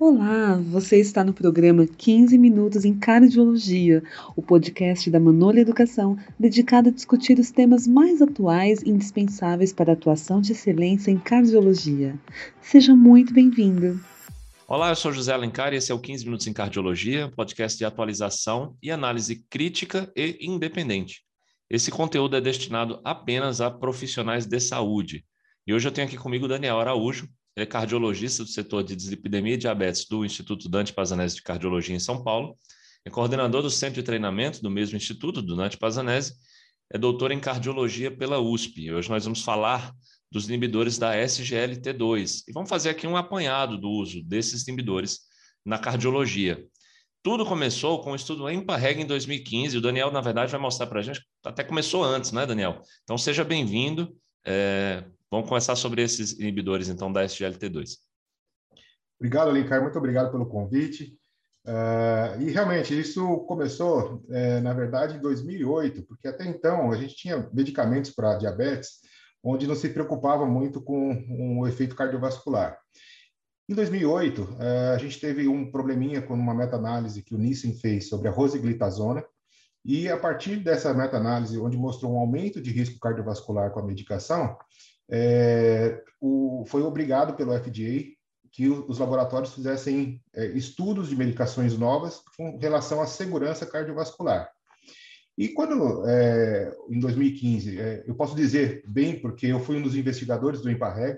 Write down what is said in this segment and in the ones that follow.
Olá, você está no programa 15 Minutos em Cardiologia, o podcast da Manolha Educação, dedicado a discutir os temas mais atuais e indispensáveis para a atuação de excelência em cardiologia. Seja muito bem-vindo. Olá, eu sou José Alencar e esse é o 15 Minutos em Cardiologia, podcast de atualização e análise crítica e independente. Esse conteúdo é destinado apenas a profissionais de saúde. E hoje eu tenho aqui comigo o Daniel Araújo, ele é cardiologista do setor de dislipidemia e diabetes do Instituto Dante Pazanese de Cardiologia em São Paulo, é coordenador do centro de treinamento do mesmo instituto, do Dante Pazanese, é doutor em cardiologia pela USP. Hoje nós vamos falar dos inibidores da SGLT2 e vamos fazer aqui um apanhado do uso desses inibidores na cardiologia. Tudo começou com o estudo EMPA-REG em 2015. O Daniel, na verdade, vai mostrar para a gente, até começou antes, né, Daniel? Então, seja bem-vindo. Vamos conversar sobre esses inibidores, então, da SGLT2. Obrigado, Alencar. Muito obrigado pelo convite. E realmente, isso começou, na verdade, em 2008, porque até então a gente tinha medicamentos para diabetes, onde não se preocupava muito com o efeito cardiovascular. Em 2008, a gente teve um probleminha com uma meta-análise que o Nissen fez sobre a rosiglitazona, e a partir dessa meta-análise, onde mostrou um aumento de risco cardiovascular com a medicação, foi obrigado pelo FDA que os laboratórios fizessem estudos de medicações novas com relação à segurança cardiovascular. E quando, em 2015, eu posso dizer bem, porque eu fui um dos investigadores do EMPA-REG,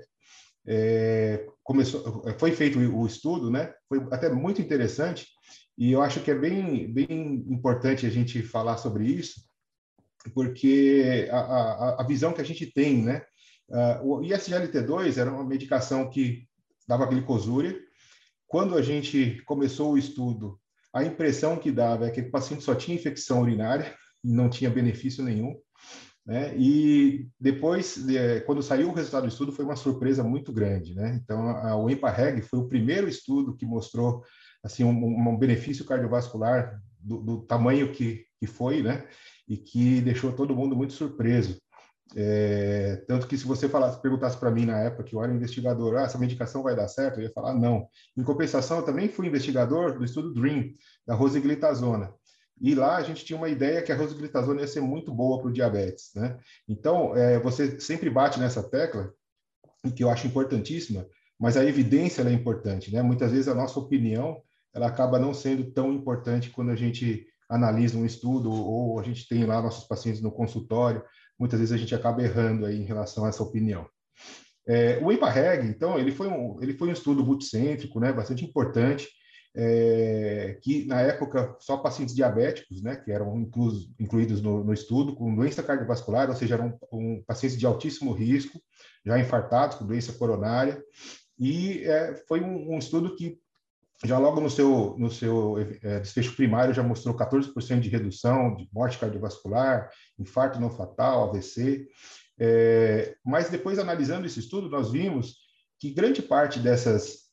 foi feito o estudo, né? Foi até muito interessante, e eu acho que é bem importante a gente falar sobre isso, porque a visão que a gente tem, né? O ISGLT2 era uma medicação que dava glicosúria. Quando a gente começou o estudo, a impressão que dava é que o paciente só tinha infecção urinária, não tinha benefício nenhum, né? E depois, quando saiu o resultado do estudo, foi uma surpresa muito grande, né? Então, o EMPA-REG foi o primeiro estudo que mostrou assim um benefício cardiovascular do tamanho que foi, né? E que deixou todo mundo muito surpreso. Tanto que se você perguntasse para mim na época que eu era investigador, essa medicação vai dar certo? Eu ia falar não. Em compensação, eu também fui investigador do estudo DREAM, da rosiglitazona. E lá a gente tinha uma ideia que a rosiglitazona ia ser muito boa para o diabetes, né? Então, você sempre bate nessa tecla, que eu acho importantíssima, mas a evidência ela é importante, né? Muitas vezes a nossa opinião ela acaba não sendo tão importante quando a gente analisa um estudo ou a gente tem lá nossos pacientes no consultório. Muitas vezes a gente acaba errando aí em relação a essa opinião. O EMPA-REG, então, ele foi um estudo multicêntrico, né, bastante importante, que na época só pacientes diabéticos, né, que eram incluídos no estudo, com doença cardiovascular, ou seja, eram pacientes de altíssimo risco, já infartados, com doença coronária, e foi um estudo que já logo no seu desfecho primário já mostrou 14% de redução de morte cardiovascular, infarto não fatal, AVC. Mas depois, analisando esse estudo, nós vimos que grande parte desses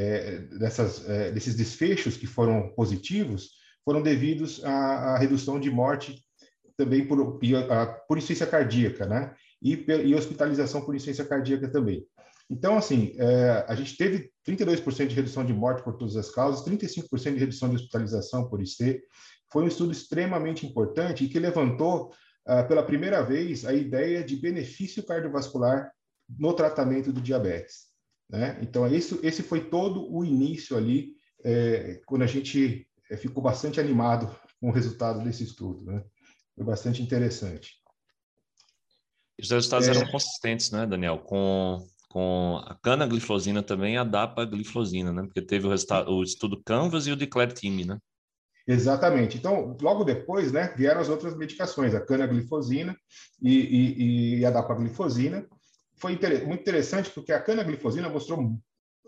desfechos que foram positivos foram devidos à redução de morte também por insuficiência cardíaca, né? E hospitalização por insuficiência cardíaca também. Então, assim, a gente teve 32% de redução de morte por todas as causas, 35% de redução de hospitalização por IC. Foi um estudo extremamente importante e que levantou, pela primeira vez, a ideia de benefício cardiovascular no tratamento do diabetes, né? Então, esse foi todo o início ali, quando a gente ficou bastante animado com o resultado desse estudo, né? Foi bastante interessante. Os resultados eram consistentes, né, Daniel? Com a canagliflozina também e a dapagliflozina, né? Porque teve o estudo Canvas e o Declare-Time, né? Exatamente. Então, logo depois, né, vieram as outras medicações, a canagliflozina e a dapagliflozina. Foi muito interessante porque a canagliflozina mostrou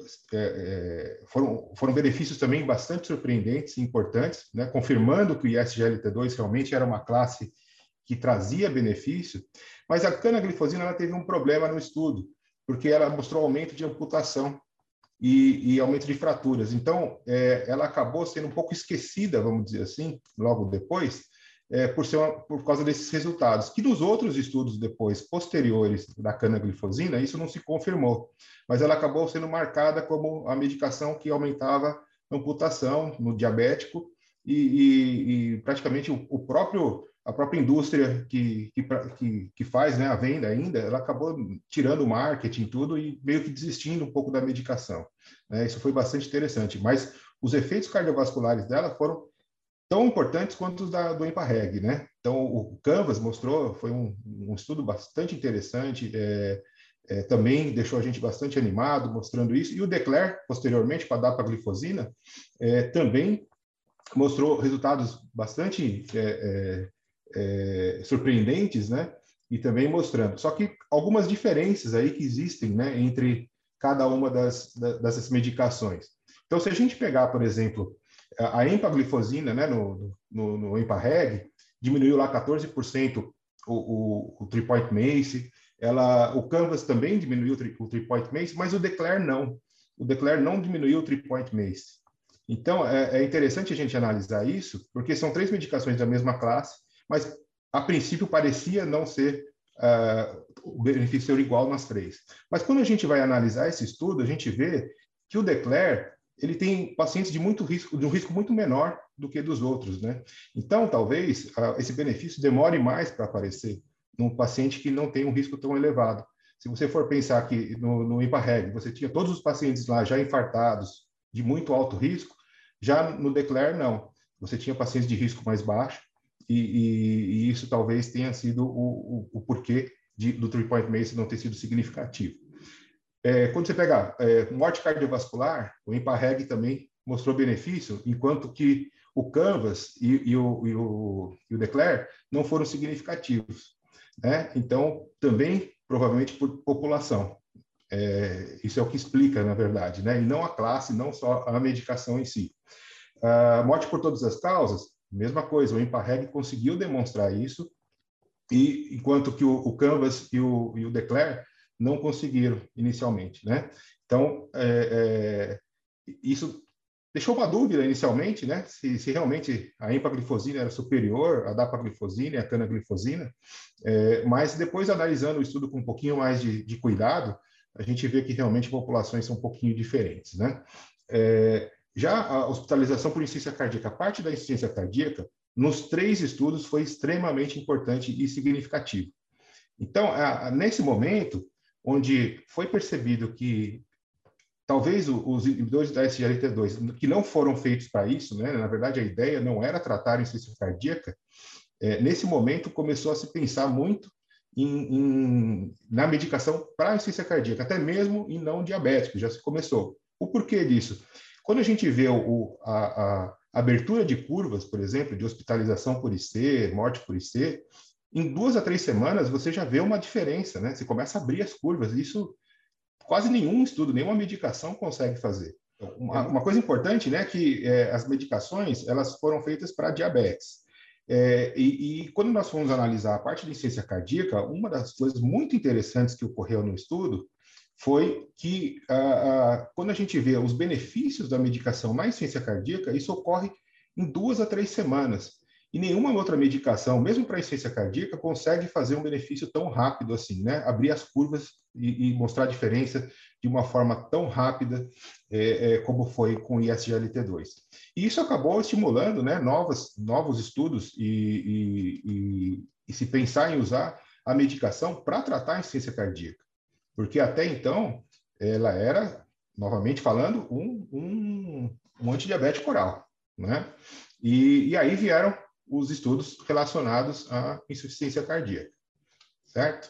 foram benefícios também bastante surpreendentes e importantes, né, confirmando que o ISGLT2 realmente era uma classe que trazia benefício, mas a canagliflozina ela teve um problema no estudo, porque ela mostrou aumento de amputação e aumento de fraturas. Então, ela acabou sendo um pouco esquecida, vamos dizer assim, logo depois, por causa desses resultados. Que nos outros estudos depois, posteriores da canaglifosina, isso não se confirmou, mas ela acabou sendo marcada como a medicação que aumentava a amputação no diabético e praticamente a própria indústria que faz, né, a venda ainda, ela acabou tirando o marketing e tudo e meio que desistindo um pouco da medicação. Né? Isso foi bastante interessante, mas os efeitos cardiovasculares dela foram tão importantes quanto os do EMPA-REG, né? Então, o Canvas mostrou, foi um estudo bastante interessante, também deixou a gente bastante animado mostrando isso, e o DECLARE, posteriormente, para a dapaglifosina, também mostrou resultados bastante surpreendentes, né? E também mostrando. Só que algumas diferenças aí que existem, né, entre cada uma dessas medicações. Então, se a gente pegar, por exemplo, a empaglifosina, né, no EMPA-REG, diminuiu lá 14% o 3-point MACE, o Canvas também diminuiu o 3-point MACE, mas o DECLARE não. O DECLARE não diminuiu o 3-point MACE. Então, é interessante a gente analisar isso, porque são 3 medicações da mesma classe, mas, a princípio, parecia não ser o benefício ser igual nas 3. Mas, quando a gente vai analisar esse estudo, a gente vê que o DECLARE ele tem pacientes de um risco muito menor do que dos outros, né? Então, talvez, esse benefício demore mais para aparecer num paciente que não tem um risco tão elevado. Se você for pensar que no EMPA-REG você tinha todos os pacientes lá já infartados de muito alto risco, já no DECLARE, não. Você tinha pacientes de risco mais baixo e isso talvez tenha sido o porquê do 3-point MACE não ter sido significativo. Quando você pega morte cardiovascular, o EMPA-REG também mostrou benefício, enquanto que o Canvas e o DECLARE não foram significativos. Né? Então, também, provavelmente, por população. Isso é o que explica, na verdade, né? E não a classe, não só a medicação em si. Morte por todas as causas, mesma coisa, o EMPA-REG conseguiu demonstrar isso, enquanto que o Canvas e o DECLARE não conseguiram inicialmente, né? Então, isso deixou uma dúvida inicialmente, né? Se realmente a empaglifosina era superior à dapaglifosina e à canaglifosina, mas depois, analisando o estudo com um pouquinho mais de cuidado, a gente vê que realmente populações são um pouquinho diferentes, né? Já a hospitalização por insuficiência cardíaca, a parte da insuficiência cardíaca, nos 3 estudos foi extremamente importante e significativo. Então, nesse momento, onde foi percebido que talvez os inibidores da SGLT2, que não foram feitos para isso, né? Na verdade, a ideia não era tratar a insuficiência cardíaca, nesse momento começou a se pensar muito na medicação para a insuficiência cardíaca, até mesmo em não diabético, já se começou. O porquê disso? Quando a gente vê a abertura de curvas, por exemplo, de hospitalização por IC, morte por IC, em 2 a 3 semanas você já vê uma diferença, né? Você começa a abrir as curvas. Isso quase nenhum estudo, nenhuma medicação consegue fazer. Uma coisa importante, né, que as medicações elas foram feitas para diabetes. E quando nós fomos analisar a parte de insuficiência cardíaca, uma das coisas muito interessantes que ocorreu no estudo foi que quando a gente vê os benefícios da medicação na insuficiência cardíaca, isso ocorre em 2 a 3 semanas. E nenhuma outra medicação, mesmo para insuficiência cardíaca, consegue fazer um benefício tão rápido assim, né? Abrir as curvas e mostrar a diferença de uma forma tão rápida como foi com o ISGLT2. E isso acabou estimulando, né, novos estudos e se pensar em usar a medicação para tratar a insuficiência cardíaca. Porque até então, ela era, novamente falando, um antidiabético oral, né? E aí vieram os estudos relacionados à insuficiência cardíaca, certo?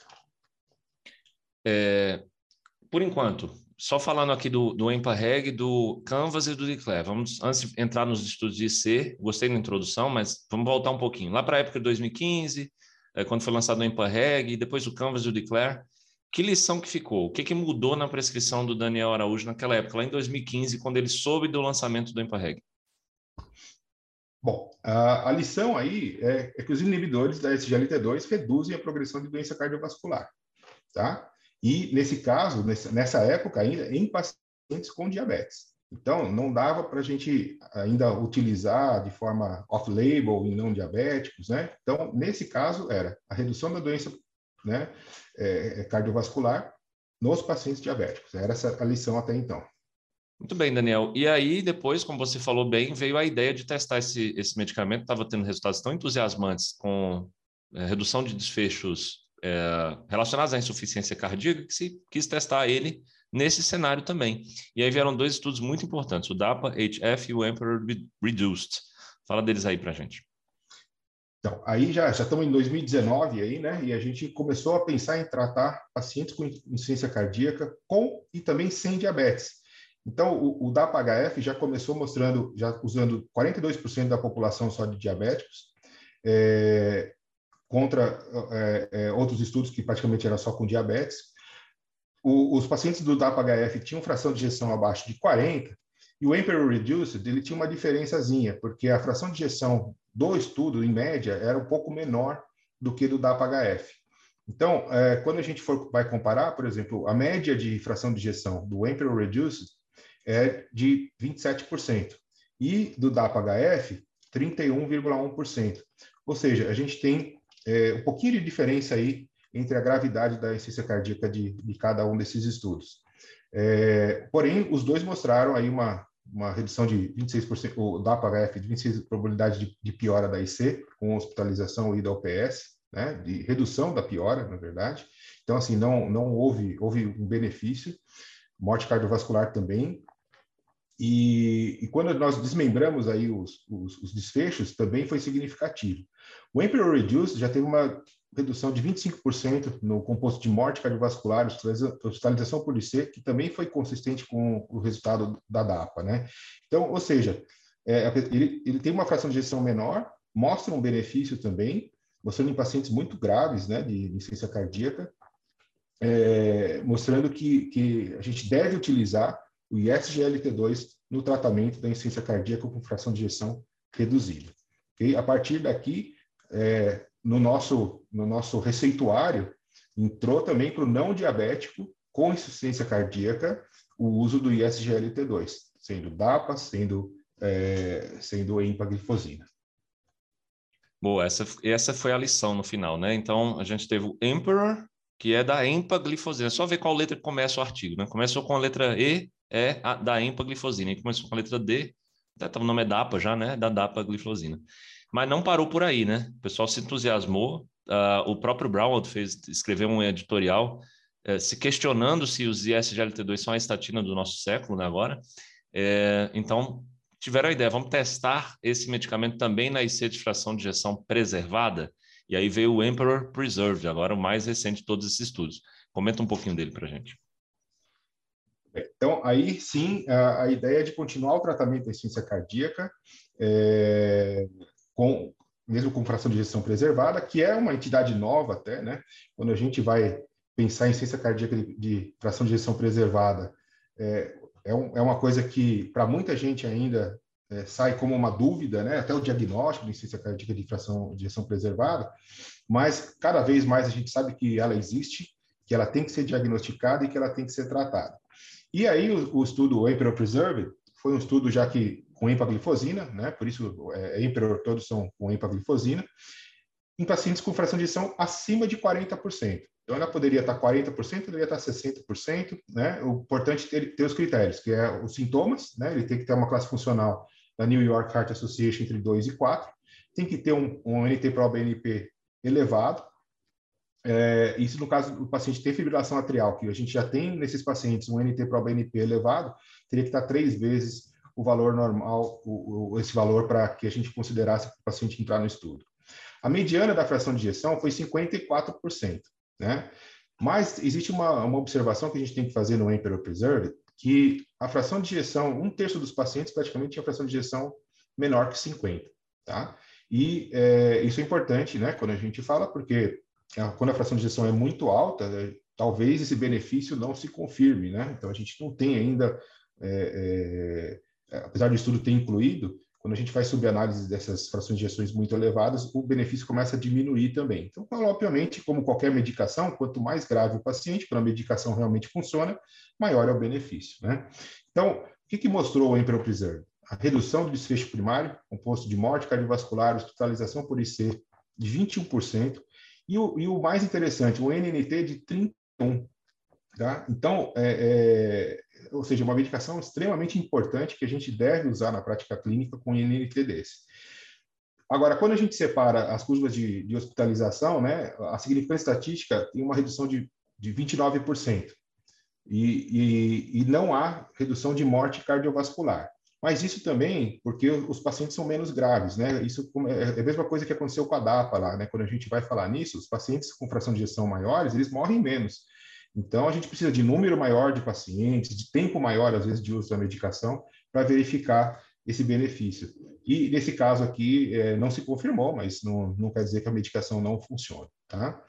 Por enquanto, só falando aqui do EMPA-REG, do Canvas e do DECLARE. Vamos, antes de entrar nos estudos de IC, gostei da introdução, mas vamos voltar um pouquinho. Lá para a época de 2015, quando foi lançado o EMPA-REG, e depois o Canvas e o DECLARE, que lição que ficou? O que mudou na prescrição do Daniel Araújo naquela época, lá em 2015, quando ele soube do lançamento do EMPA-REG? Bom, a lição aí é que os inibidores da SGLT2 reduzem a progressão de doença cardiovascular, tá? E, nesse caso, nessa época ainda, em pacientes com diabetes. Então, não dava para a gente ainda utilizar de forma off-label em não diabéticos, né? Então, nesse caso, era a redução da doença, né, cardiovascular nos pacientes diabéticos. Era essa a lição até então. Muito bem, Daniel. E aí, depois, como você falou bem, veio a ideia de testar esse medicamento. Estava tendo resultados tão entusiasmantes com redução de desfechos relacionados à insuficiência cardíaca que se quis testar ele nesse cenário também. E aí vieram 2 estudos muito importantes, o DAPA-HF e o EMPEROR-Reduced. Fala deles aí para a gente. Então, aí já estamos em 2019 aí, né? E a gente começou a pensar em tratar pacientes com insuficiência cardíaca com e também sem diabetes. Então, o DAPA-HF já começou mostrando, já usando 42% da população só de diabéticos, contra outros estudos que praticamente eram só com diabetes. Os pacientes do DAPA-HF tinham fração de ejeção abaixo de 40, e o EMPEROR Reduced, ele tinha uma diferençazinha, porque a fração de ejeção do estudo, em média, era um pouco menor do que do DAPA-HF. Então, quando a gente vai comparar, por exemplo, a média de fração de ejeção do EMPEROR Reduced é de 27%, e do DAPA-HF, 31,1%. Ou seja, a gente tem um pouquinho de diferença aí entre a gravidade da insuficiência cardíaca de cada um desses estudos. Porém, os dois mostraram aí uma redução de 26%, o DAPA-HF de 26% probabilidade de piora da IC, com hospitalização e da UPS, né, de redução da piora, na verdade. Então, assim, não houve um benefício. Morte cardiovascular também. E quando nós desmembramos aí os desfechos, também foi significativo. O EMPEROR Reduced já teve uma redução de 25% no composto de morte cardiovascular, hospitalização por IC, que também foi consistente com o resultado da DAPA, né? Então, ou seja, ele tem uma fração de ejeção menor, mostra um benefício também, mostrando em pacientes muito graves, né, de insuficiência cardíaca, mostrando que a gente deve utilizar o ISGLT2 no tratamento da insuficiência cardíaca com fração de ejeção reduzida. Okay? A partir daqui, no nosso receituário, entrou também para o não diabético com insuficiência cardíaca o uso do ISGLT2, sendo DAPA, sendo empaglifosina. Boa, essa foi a lição no final, né? Então, a gente teve o EMPEROR, que é da empaglifosina. É só ver qual letra que começa o artigo, né? Começou com a letra E, da empaglifosina. E começou com a letra D, o nome é DAPA já, né? Da dapagliflozina. Mas não parou por aí, né? O pessoal se entusiasmou. O próprio Braunwald escreveu um editorial se questionando se os ISGLT2 são a estatina do nosso século, né, agora. Então, tiveram a ideia, vamos testar esse medicamento também na IC de fração de ejeção preservada. E aí veio o EMPEROR Preserved, agora o mais recente de todos esses estudos. Comenta um pouquinho dele para a gente. Então, aí sim, a ideia é de continuar o tratamento da insuficiência cardíaca, mesmo com fração de ejeção preservada, que é uma entidade nova até, né? Quando a gente vai pensar em insuficiência cardíaca de fração de ejeção preservada, é uma coisa que, para muita gente ainda, sai como uma dúvida, né? Até o diagnóstico de insuficiência cardíaca de fração de ejeção preservada, mas cada vez mais a gente sabe que ela existe, que ela tem que ser diagnosticada e que ela tem que ser tratada. E aí o estudo EMPEROR Preserved foi um estudo já que com empaglifosina, né? Por isso EMPEROR todos são com empaglifosina, em pacientes com fração de ejeção acima de 40%. Então ela poderia estar 40%, poderia estar 60%, né? O importante é ter os critérios, que é os sintomas, né? Ele tem que ter uma classe funcional da New York Heart Association entre 2 e 4, tem que ter um NT-proBNP elevado. Isso no caso do paciente ter fibrilação atrial, que a gente já tem nesses pacientes um NT-proBNP elevado, teria que estar 3 vezes o valor normal, esse valor para que a gente considerasse para o paciente entrar no estudo. A mediana da fração de ejeção foi 54%, né? Mas existe uma observação que a gente tem que fazer no EMPEROR Preserved, que a fração de ejeção, 1/3 dos pacientes praticamente tinha fração de ejeção menor que 50, tá? E isso é importante, né, quando a gente fala, porque quando a fração de ejeção é muito alta, talvez esse benefício não se confirme, né? Então a gente não tem ainda, apesar do estudo ter incluído, quando a gente faz subanálise dessas frações de ejeções muito elevadas, o benefício começa a diminuir também. Então, obviamente, como qualquer medicação, quanto mais grave o paciente, quando a medicação realmente funciona, maior é o benefício, né? Então, que mostrou o Emperor Preserve? A redução do desfecho primário, composto de morte cardiovascular, hospitalização por IC de 21%, e o mais interessante, o NNT de 31%. Tá? Então, ou seja, uma medicação extremamente importante que a gente deve usar na prática clínica com NNT desse. Agora, quando a gente separa as curvas de hospitalização, né, a significância estatística tem uma redução de 29%. E não há redução de morte cardiovascular. Mas isso também porque os pacientes são menos graves, né? Isso é a mesma coisa que aconteceu com a DAPA lá, né? Quando a gente vai falar nisso, os pacientes com fração de ejeção maiores, eles morrem menos. Então, a gente precisa de número maior de pacientes, de tempo maior, às vezes, de uso da medicação, para verificar esse benefício. E, nesse caso aqui, não se confirmou, mas não quer dizer que a medicação não funcione, tá?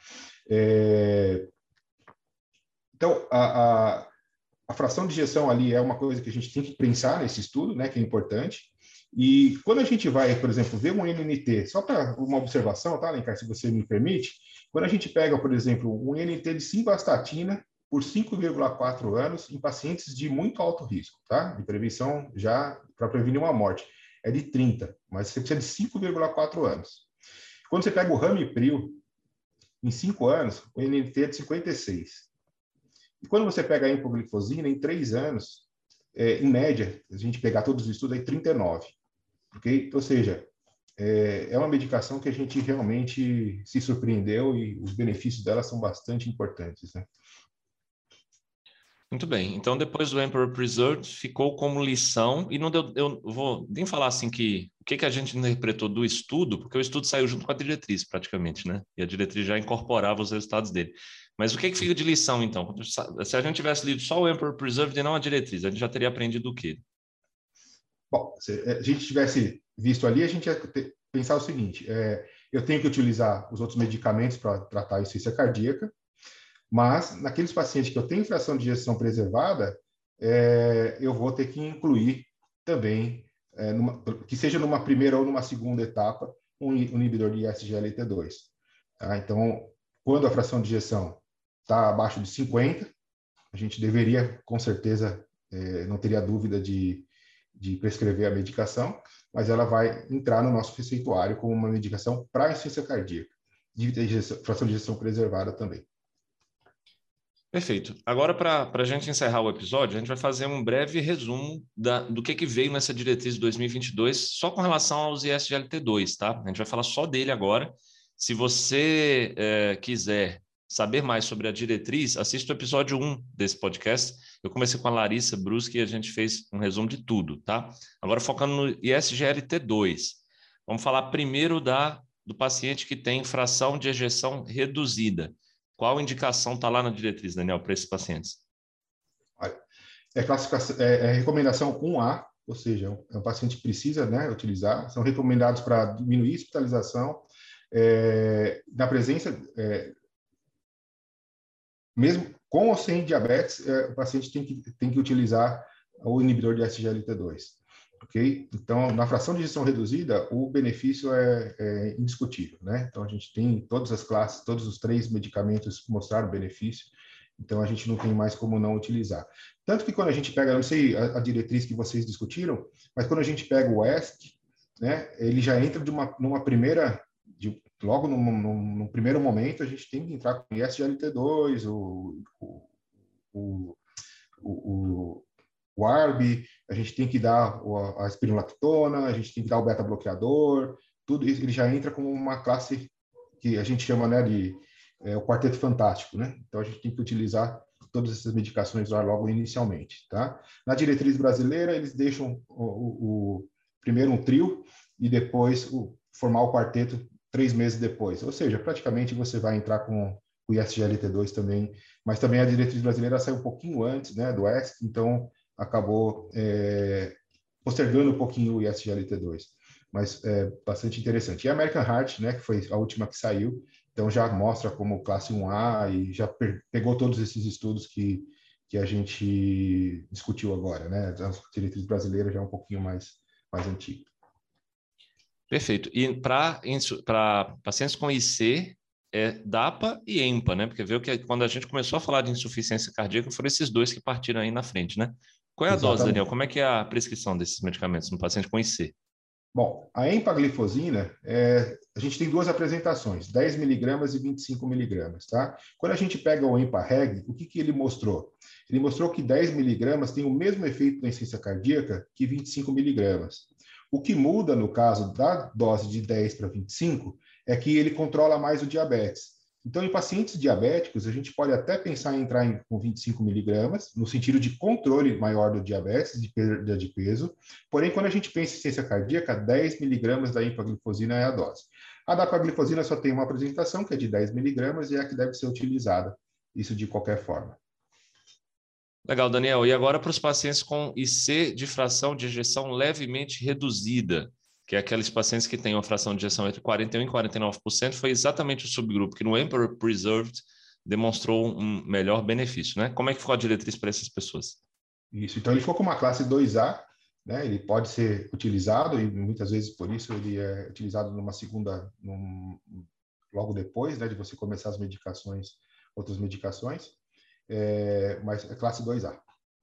Então, a fração de ejeção ali é uma coisa que a gente tem que pensar nesse estudo, né, que é importante. E quando a gente vai, por exemplo, ver um NNT, só para uma observação, tá, Alencar, se você me permite, quando a gente pega, por exemplo, um NNT de simvastatina por 5,4 anos em pacientes de muito alto risco, tá? De prevenção já para prevenir uma morte, é de 30, mas você precisa de 5,4 anos. Quando você pega o Ramipril, em 5 anos, o NNT é de 56. E quando você pega a hipoglifosina, em 3 anos, em média, a gente pegar todos os estudos, é 39. Okay? Ou seja, é uma medicação que a gente realmente se surpreendeu e os benefícios dela são bastante importantes, né? Muito bem. Então, depois do Emperor Preserved, ficou como lição, e não deu, eu vou nem falar assim que o que a gente interpretou do estudo, porque o estudo saiu junto com a diretriz, praticamente, né? E a diretriz já incorporava os resultados dele. Mas o que fica de lição, então? Se a gente tivesse lido só o Emperor Preserved e não a diretriz, a gente já teria aprendido o quê? Bom, se a gente tivesse visto ali, a gente ia pensar o seguinte, eu tenho que utilizar os outros medicamentos para tratar a insuficiência cardíaca, mas naqueles pacientes que eu tenho fração de ejeção preservada, eu vou ter que incluir também, que seja numa primeira ou numa segunda etapa, um inibidor de SGLT2. Tá? Então, quando a fração de ejeção está abaixo de 50, a gente deveria, com certeza, não teria dúvida de prescrever a medicação, mas ela vai entrar no nosso receituário como uma medicação para insuficiência cardíaca, de fração de ejeção preservada também. Perfeito. Agora, para a gente encerrar o episódio, a gente vai fazer um breve resumo do que veio nessa diretriz de 2022, só com relação aos ISGLT2, tá? A gente vai falar só dele agora. Se você quiser saber mais sobre a diretriz, assista o episódio 1 desse podcast. Eu comecei com a Larissa Bruschi e a gente fez um resumo de tudo, tá? Agora, focando no ISGLT2. Vamos falar primeiro do paciente que tem fração de ejeção reduzida. Qual indicação está lá na diretriz, Daniel, para esses pacientes? Recomendação 1A, ou seja, um paciente que precisa, né, utilizar, são recomendados para diminuir a hospitalização, na presença, mesmo com ou sem diabetes, o paciente tem que utilizar o inibidor de SGLT2. Ok? Então, na fração de ejeção reduzida, o benefício é indiscutível, né? Então, a gente tem todas as classes, todos os 3 medicamentos mostraram benefício, então a gente não tem mais como não utilizar. Tanto que quando a gente pega, não sei a diretriz que vocês discutiram, mas quando a gente pega o ESC, né, ele já entra numa primeira, logo num primeiro momento, a gente tem que entrar com o SGLT2, o ARB, a gente tem que dar a espironolactona, a gente tem que dar o beta-bloqueador, tudo isso, ele já entra como uma classe que a gente chama, né, de o quarteto fantástico, né? Então, a gente tem que utilizar todas essas medicações lá logo inicialmente, tá? Na diretriz brasileira, eles deixam primeiro um trio e depois formar o quarteto 3 meses depois. Ou seja, praticamente você vai entrar com o ISGLT2 também, mas também a diretriz brasileira saiu um pouquinho antes, né, do ESC, então acabou postergando um pouquinho o ISGLT2, mas é bastante interessante. E a American Heart, né, que foi a última que saiu, então já mostra como classe 1A e já pegou todos esses estudos que a gente discutiu agora, né? A diretriz brasileira já é um pouquinho mais antiga. Perfeito. E para pacientes com IC, DAPA e EMPA, né? Porque viu que quando a gente começou a falar de insuficiência cardíaca, foram esses 2 que partiram aí na frente, né? Qual é a dose, Exatamente. Daniel? Como é que é a prescrição desses medicamentos no paciente com IC? Bom, a empaglifosina, a gente tem duas apresentações, 10 miligramas e 25 miligramas, tá? Quando a gente pega o EmpaReg, o que ele mostrou? Ele mostrou que 10 miligramas tem o mesmo efeito na insuficiência cardíaca que 25 miligramas. O que muda, no caso da dose de 10 para 25, é que ele controla mais o diabetes. Então, em pacientes diabéticos, a gente pode até pensar em entrar com 25 miligramas, no sentido de controle maior do diabetes, de perda de peso. Porém, quando a gente pensa em insuficiência cardíaca, 10 miligramas da empaglifosina é a dose. A dapaglifosina só tem uma apresentação, que é de 10 miligramas, e é a que deve ser utilizada, isso de qualquer forma. Legal, Daniel. E agora para os pacientes com IC de fração de ejeção levemente reduzida, que é aqueles pacientes que têm uma fração de ejeção entre 41% e 49%, foi exatamente o subgrupo que no Emperor Preserved demonstrou um melhor benefício, né? Como é que ficou a diretriz para essas pessoas? Isso, então ele ficou com uma classe 2A, né? Ele pode ser utilizado, e muitas vezes por isso ele é utilizado numa segunda, logo depois, né, de você começar as medicações, outras medicações, mas é classe 2A.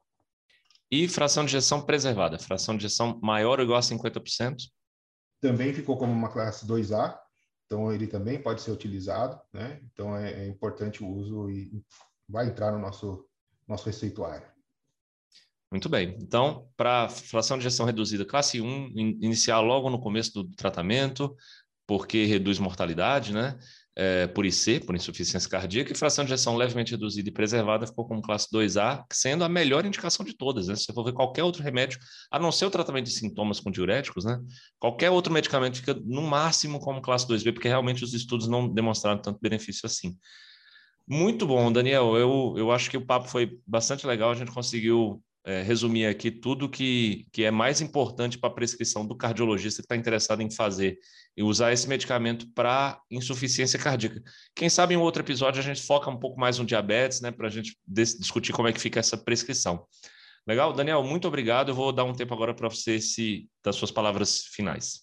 E fração de ejeção preservada, fração de ejeção maior ou igual a 50%? Também ficou como uma classe 2A, então ele também pode ser utilizado, né? Então é importante o uso e vai entrar no nosso receituário. Muito bem. Então, para fração de ejeção reduzida, classe 1, iniciar logo no começo do tratamento, porque reduz mortalidade, né? Por IC, por insuficiência cardíaca, e fração de ejeção levemente reduzida e preservada ficou como classe 2A, sendo a melhor indicação de todas, né? Se você for ver qualquer outro remédio, a não ser o tratamento de sintomas com diuréticos, né? Qualquer outro medicamento fica no máximo como classe 2B, porque realmente os estudos não demonstraram tanto benefício assim. Muito bom, Daniel. Eu acho que o papo foi bastante legal, a gente conseguiu resumir aqui tudo que é mais importante para a prescrição do cardiologista que está interessado em fazer e usar esse medicamento para insuficiência cardíaca. Quem sabe em um outro episódio a gente foca um pouco mais no diabetes, né, para a gente discutir como é que fica essa prescrição. Legal? Daniel, muito obrigado. Eu vou dar um tempo agora para você das suas palavras finais.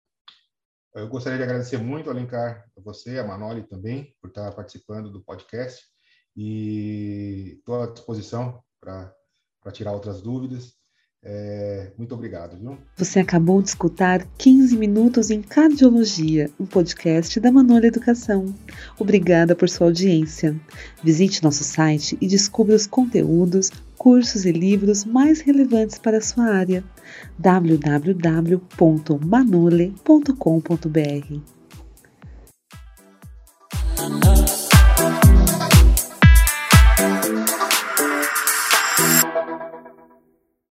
Eu gostaria de agradecer muito, Alencar, a você, a Manoli também, por estar participando do podcast, e estou à disposição para tirar outras dúvidas. Muito obrigado, viu? Você acabou de escutar 15 Minutos em Cardiologia, um podcast da Manolha Educação. Obrigada por sua audiência. Visite nosso site e descubra os conteúdos, cursos e livros mais relevantes para a sua área. www.manole.com.br